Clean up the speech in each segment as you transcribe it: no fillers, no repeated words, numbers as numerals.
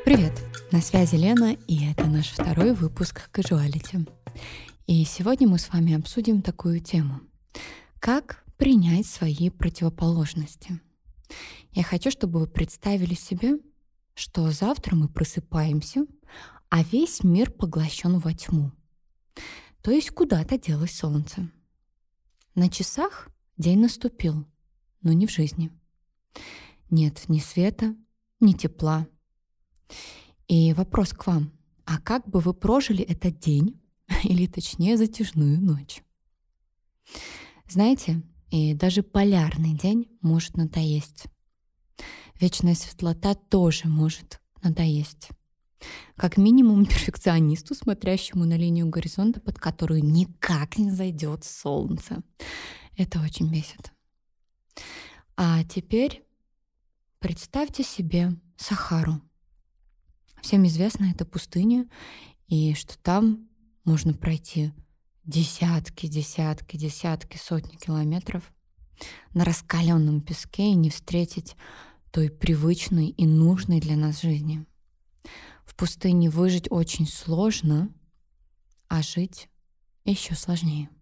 Привет! На связи Лена, и это наш второй выпуск Casuality. И сегодня мы с вами обсудим такую тему. Как принять свои противоположности? Я хочу, чтобы вы представили себе, что завтра мы просыпаемся, а весь мир поглощен во тьму. То есть куда-то делось солнце. На часах день наступил, но не в жизни. Нет ни света, ни тепла. И вопрос к вам. А как бы вы прожили этот день, или точнее затяжную ночь? Знаете, и даже полярный день может надоесть. Вечная светлота тоже может надоесть. Как минимум перфекционисту, смотрящему на линию горизонта, под которую никак не зайдет солнце. Это очень бесит. А теперь представьте себе Сахару. Всем известно, это пустыня, и что там можно пройти десятки, сотни километров на раскаленном песке и не встретить той привычной и нужной для нас жизни. В пустыне выжить очень сложно, а жить еще сложнее.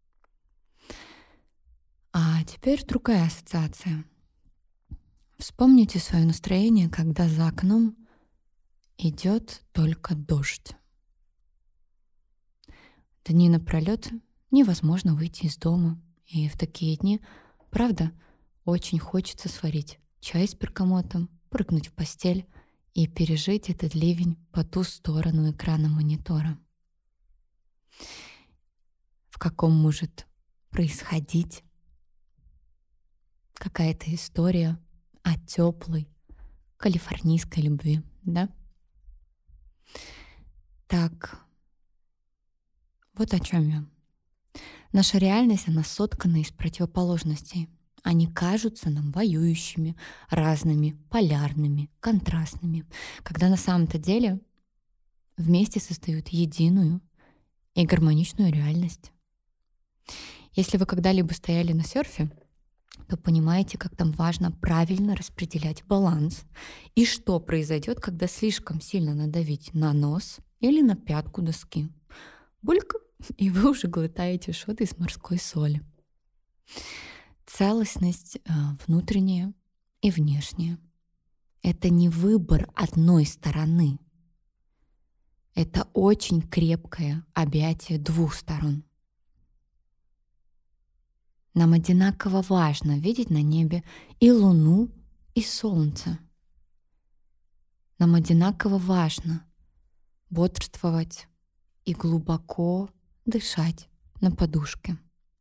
А теперь другая ассоциация. Вспомните свое настроение, когда за окном идет только дождь. Дни напролет невозможно выйти из дома. И в такие дни, правда, очень хочется сварить чай с бергамотом, прыгнуть в постель и пережить этот ливень по ту сторону экрана монитора. В каком может происходить какая-то история о теплой калифорнийской любви, да? Так, вот о чем я. Наша реальность, она соткана из противоположностей. Они кажутся нам воюющими, разными, полярными, контрастными, когда на самом-то деле вместе создают единую и гармоничную реальность. Если вы когда-либо стояли на серфе, то понимаете, как там важно правильно распределять баланс и что произойдет, когда слишком сильно надавить на нос или на пятку доски. Бульк, и вы уже глотаете шот из морской соли. Целостность внутренняя и внешняя — это не выбор одной стороны. Это очень крепкое объятие двух сторон. Нам одинаково важно видеть на небе и луну, и солнце. Нам одинаково важно бодрствовать и глубоко дышать на подушке.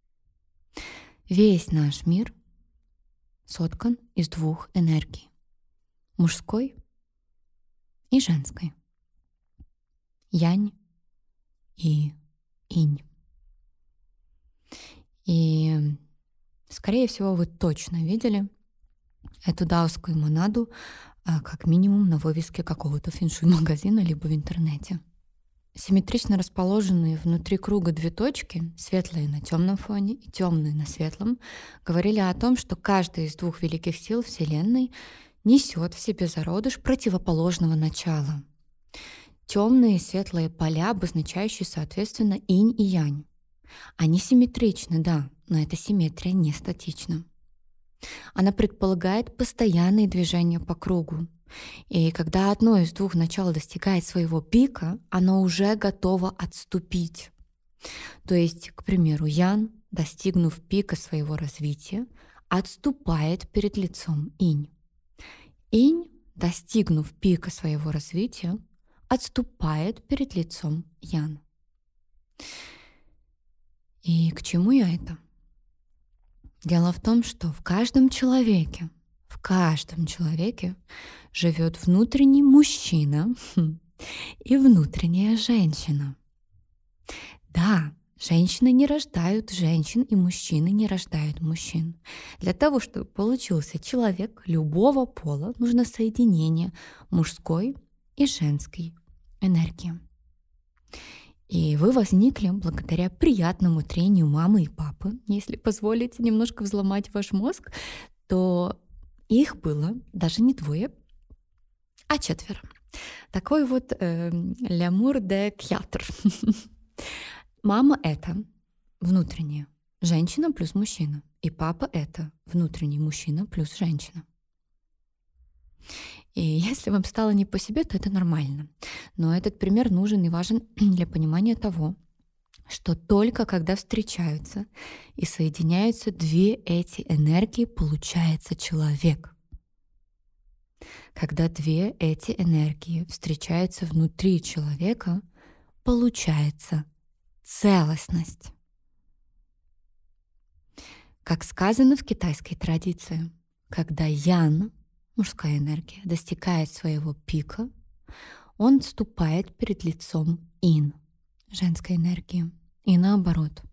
Весь наш мир соткан из двух энергий — мужской и женской, янь и инь. И, скорее всего, вы точно видели эту даосскую монаду как минимум на вывеске какого-то фэншуй-магазина либо в интернете. Симметрично расположенные внутри круга две точки, светлые на темном фоне и темные на светлом, говорили о том, что каждая из двух великих сил Вселенной несет в себе зародыш противоположного начала. Темные и светлые поля, обозначающие, соответственно, инь и янь. Они симметричны, да, но эта симметрия не статична. Она предполагает постоянные движения по кругу. И когда одно из двух начал достигает своего пика, оно уже готово отступить. То есть, к примеру, ян, достигнув пика своего развития, отступает перед лицом инь. Инь, достигнув пика своего развития, отступает перед лицом ян. И к чему я это? Дело в том, что в каждом человеке живет внутренний мужчина и внутренняя женщина. Да, женщины не рождают женщин, и мужчины не рождают мужчин. Для того, чтобы получился человек любого пола, нужно соединение мужской и женской энергии. И вы возникли благодаря приятному трению мамы и папы. Если позволите немножко взломать ваш мозг, то их было даже не двое, а четверо. Такой вот лямур де кьятр. Мама — это внутренняя женщина плюс мужчина. И папа — это внутренний мужчина плюс женщина. И если вам стало не по себе, то это нормально. Но этот пример нужен и важен для понимания того, что только когда встречаются и соединяются две эти энергии, получается человек. Когда две эти энергии встречаются внутри человека, получается целостность. Как сказано в китайской традиции, когда ян, мужская энергия, достигает своего пика, он вступает перед лицом ин, женской энергии, и наоборот.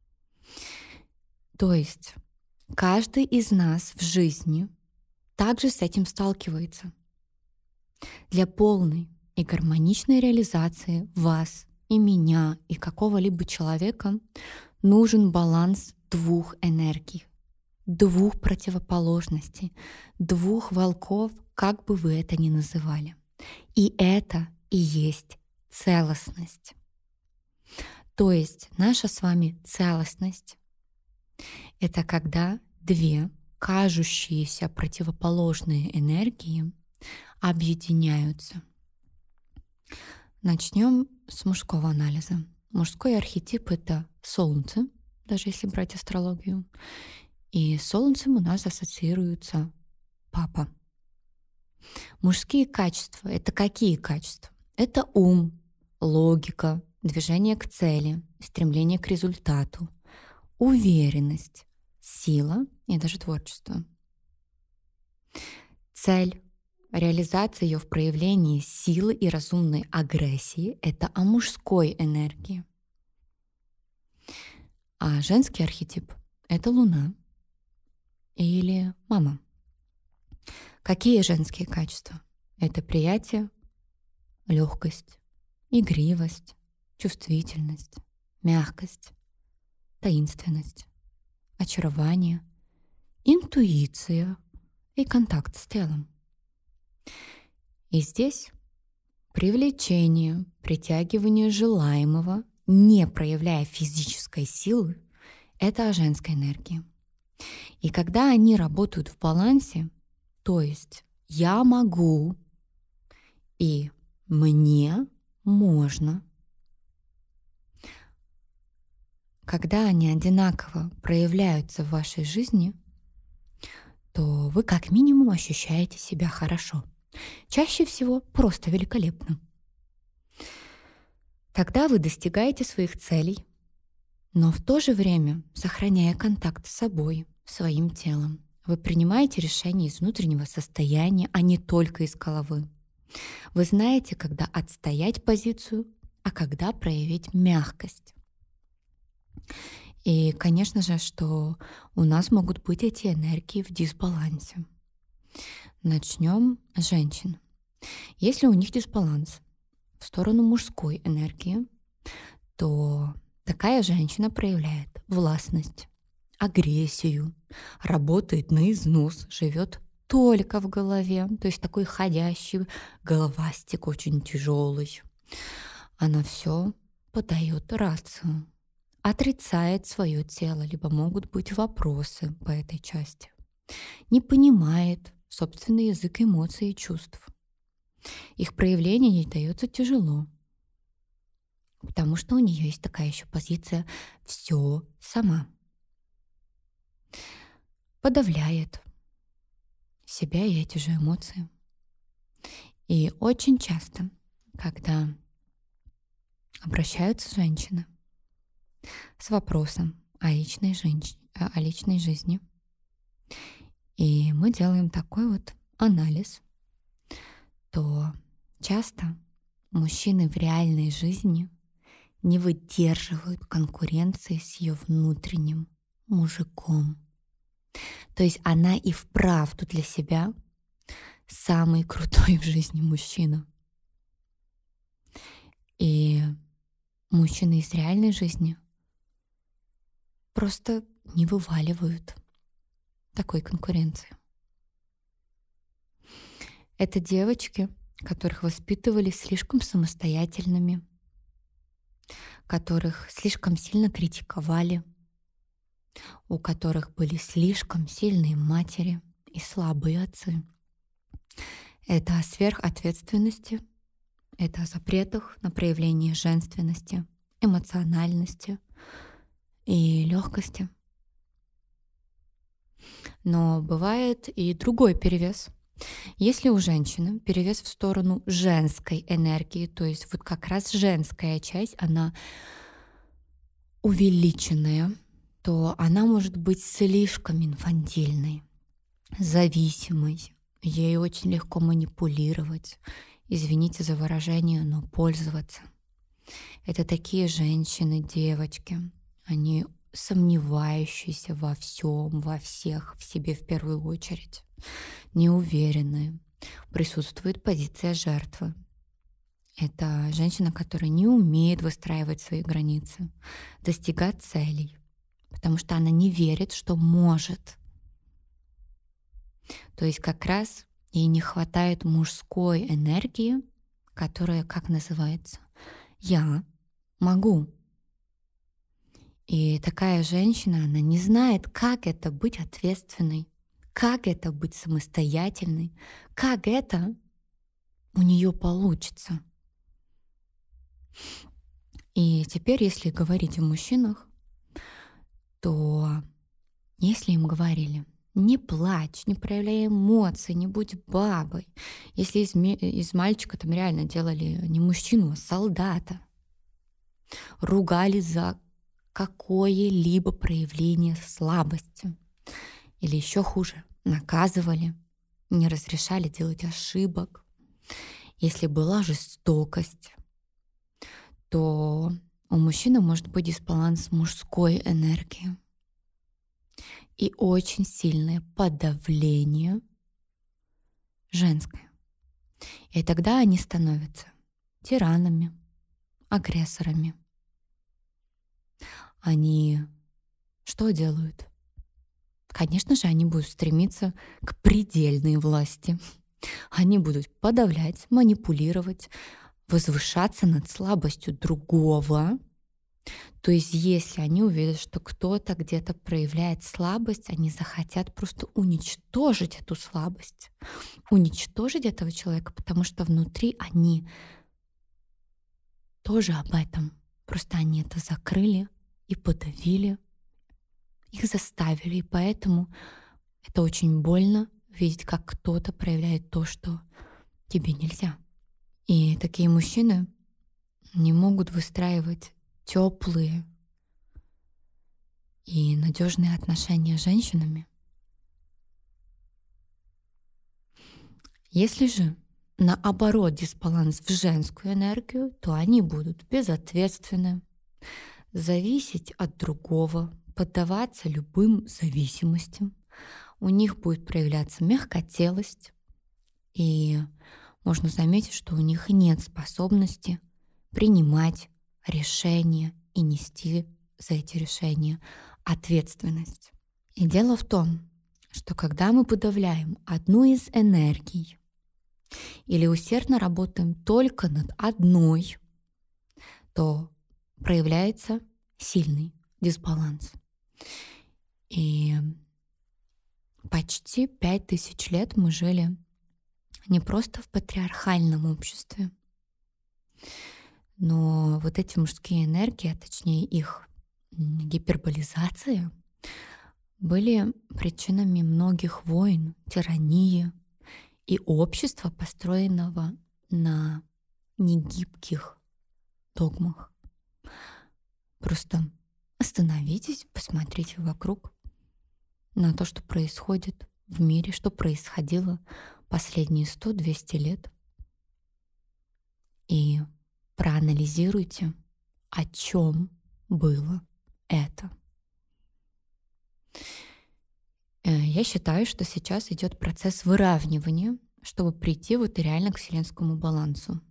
То есть каждый из нас в жизни также с этим сталкивается. Для полной и гармоничной реализации вас и меня, и какого-либо человека нужен баланс двух энергий, двух противоположностей, двух волков, как бы вы это ни называли. И это и есть целостность. То есть наша с вами целостность — это когда две кажущиеся противоположные энергии объединяются. Начнем с мужского анализа. Мужской архетип — это солнце, даже если брать астрологию. И с солнцем у нас ассоциируется папа. Мужские качества — это какие качества? Это ум, логика, движение к цели, стремление к результату, уверенность, сила и даже творчество. Цель, реализация ее в проявлении силы и разумной агрессии — это о мужской энергии. А женский архетип — это Луна или мама. Какие женские качества? Это приятие, легкость, игривость, чувствительность, мягкость, таинственность, очарование, интуиция и контакт с телом. И здесь привлечение, притягивание желаемого, не проявляя физической силы, это о женской энергии. И когда они работают в балансе, то есть я могу и мне можно, когда они одинаково проявляются в вашей жизни, то вы как минимум ощущаете себя хорошо. Чаще всего просто великолепно. Тогда вы достигаете своих целей, но в то же время, сохраняя контакт с собой, своим телом, вы принимаете решения из внутреннего состояния, а не только из головы. Вы знаете, когда отстоять позицию, а когда проявить мягкость. И, конечно же, что у нас могут быть эти энергии в дисбалансе. Начнем с женщин. Если у них дисбаланс в сторону мужской энергии, то такая женщина проявляет властность, агрессию, работает на износ, живет только в голове, то есть такой ходящий головастик, очень тяжелый. Она все подает рацию, отрицает свое тело, либо могут быть вопросы по этой части, не понимает собственный язык эмоций и чувств. Их проявление ей дается тяжело, потому что у нее есть такая еще позиция «все сама». Подавляет себя и эти же эмоции. И очень часто, когда обращаются женщины с вопросом о личной жизни, и мы делаем такой вот анализ, то часто мужчины в реальной жизни не выдерживают конкуренции с ее внутренним мужиком. То есть она и вправду для себя самый крутой в жизни мужчина. И мужчины из реальной жизни просто не вываливают такой конкуренции. Это девочки, которых воспитывали слишком самостоятельными, которых слишком сильно критиковали, у которых были слишком сильные матери и слабые отцы. Это о сверхответственности, это о запретах на проявление женственности, эмоциональности и легкости. Но бывает и другой перевес. Если у женщины перевес в сторону женской энергии, то есть вот как раз женская часть, она увеличенная, то она может быть слишком инфантильной, зависимой. Ей очень легко манипулировать, извините за выражение, но пользоваться. Это такие женщины, девочки, они сомневающиеся во всем, во всех, в себе в первую очередь, неуверенные. Присутствует позиция жертвы. Это женщина, которая не умеет выстраивать свои границы, достигать целей, потому что она не верит, что может. То есть как раз ей не хватает мужской энергии, которая, как называется, «я могу». И такая женщина, она не знает, как это быть ответственной, как это быть самостоятельной, как это у нее получится. И теперь, если говорить о мужчинах, то если им говорили: не плачь, не проявляй эмоций, не будь бабой. Если из мальчика там реально делали не мужчину, а солдата. Ругали за какое-либо проявление слабости. Или еще хуже, наказывали, не разрешали делать ошибок. Если была жестокость, то у мужчины может быть дисбаланс мужской энергии и очень сильное подавление женской. И тогда они становятся тиранами, агрессорами. Они что делают? Конечно же, они будут стремиться к предельной власти. Они будут подавлять, манипулировать, возвышаться над слабостью другого. То есть если они увидят, что кто-то где-то проявляет слабость, они захотят просто уничтожить эту слабость, уничтожить этого человека, потому что внутри они тоже об этом. Просто они это закрыли и подавили, их заставили. И поэтому это очень больно видеть, как кто-то проявляет то, что тебе нельзя. И такие мужчины не могут выстраивать теплые и надежные отношения с женщинами. Если же наоборот дисбаланс в женскую энергию, то они будут безответственны, зависеть от другого, поддаваться любым зависимостям. У них будет проявляться мягкотелость, и можно заметить, что у них нет способности принимать решения и нести за эти решения ответственность. И дело в том, что когда мы подавляем одну из энергий или усердно работаем только над одной, то проявляется сильный дисбаланс. И почти 5000 лет мы жили не просто в патриархальном обществе, но вот эти мужские энергии, а точнее их гиперболизация, были причинами многих войн, тирании и общества, построенного на негибких догмах. Просто остановитесь, посмотрите вокруг на то, что происходит в мире, что происходило последние 100-200 лет. И проанализируйте, о чем было это. Я считаю, что сейчас идет процесс выравнивания, чтобы прийти вот реально к вселенскому балансу.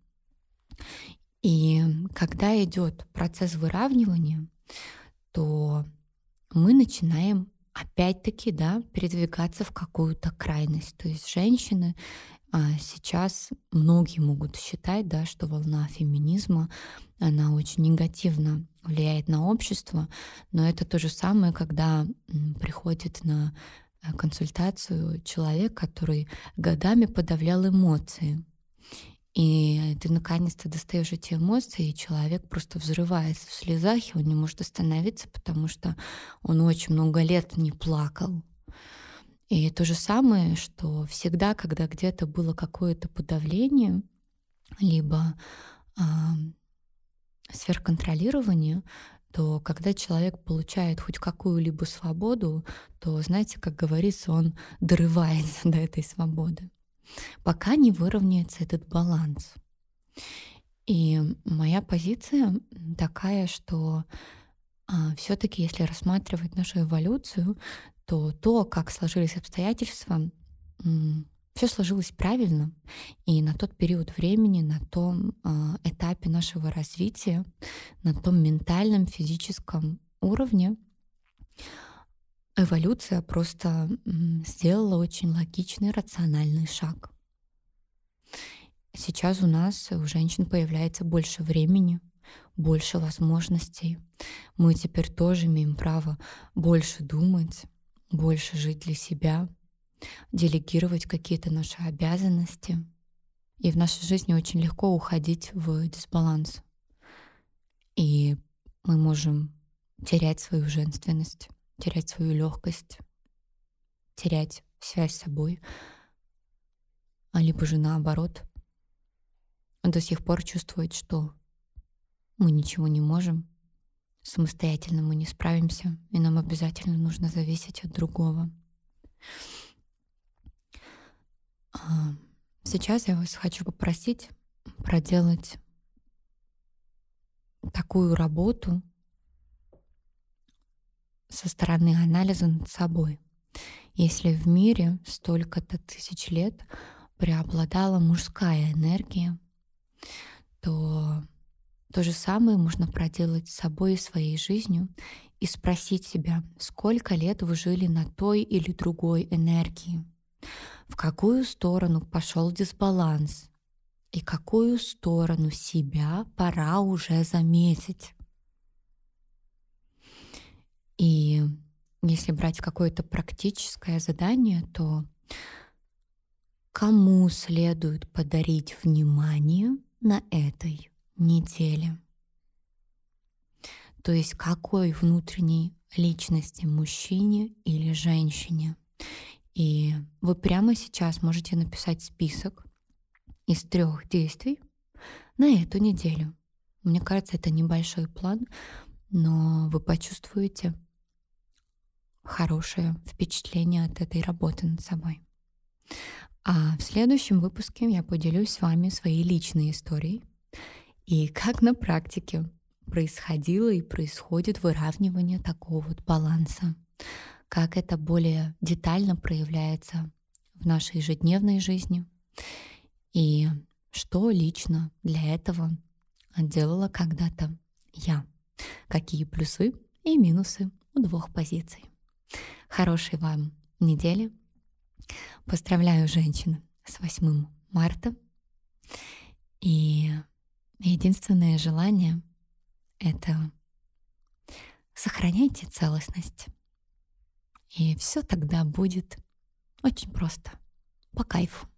И когда идет процесс выравнивания, то мы начинаем опять-таки, передвигаться в какую-то крайность. То есть женщины Сейчас многие могут считать, да, что волна феминизма, она очень негативно влияет на общество, но это то же самое, когда приходит на консультацию человек, который годами подавлял эмоции. И ты наконец-то достаешь эти эмоции, и человек просто взрывается в слезах, и он не может остановиться, потому что он очень много лет не плакал. И то же самое, что всегда, когда где-то было какое-то подавление, либо а, сверхконтролирование, то когда человек получает хоть какую-либо свободу, то, знаете, как говорится, он дорывается до этой свободы, пока не выровняется этот баланс. И моя позиция такая, что все-таки, если рассматривать нашу эволюцию, то, как сложились обстоятельства, все сложилось правильно. И на тот период времени, на том этапе нашего развития, на том ментальном, физическом уровне эволюция просто сделала очень логичный, рациональный шаг. Сейчас у нас, у женщин появляется больше времени, больше возможностей. Мы теперь тоже имеем право больше думать, больше жить для себя, делегировать какие-то наши обязанности. И в нашей жизни очень легко уходить в дисбаланс. И мы можем терять свою женственность, терять свою легкость, терять связь с собой, либо же наоборот, до сих пор чувствовать, что мы ничего не можем, самостоятельно мы не справимся, и нам обязательно нужно зависеть от другого. Сейчас я вас хочу попросить проделать такую работу со стороны анализа над собой. Если в мире столько-то тысяч лет преобладала мужская энергия, то то же самое можно проделать с собой и своей жизнью и спросить себя, сколько лет вы жили на той или другой энергии, в какую сторону пошел дисбаланс и какую сторону себя пора уже заметить. И если брать какое-то практическое задание, то кому следует подарить внимание на этой неделе? То есть какой внутренней личности, мужчине или женщине? И вы прямо сейчас можете написать список из 3 действий на эту неделю. Мне кажется, это небольшой план, но вы почувствуете хорошее впечатление от этой работы над собой. А в следующем выпуске я поделюсь с вами своей личной историей и как на практике происходило и происходит выравнивание такого вот баланса, как это более детально проявляется в нашей ежедневной жизни и что лично для этого делала когда-то я, какие плюсы и минусы у 2 позиций. Хорошей вам недели. Поздравляю женщин с 8 марта. И единственное желание — это сохраняйте целостность. И все тогда будет очень просто, по кайфу.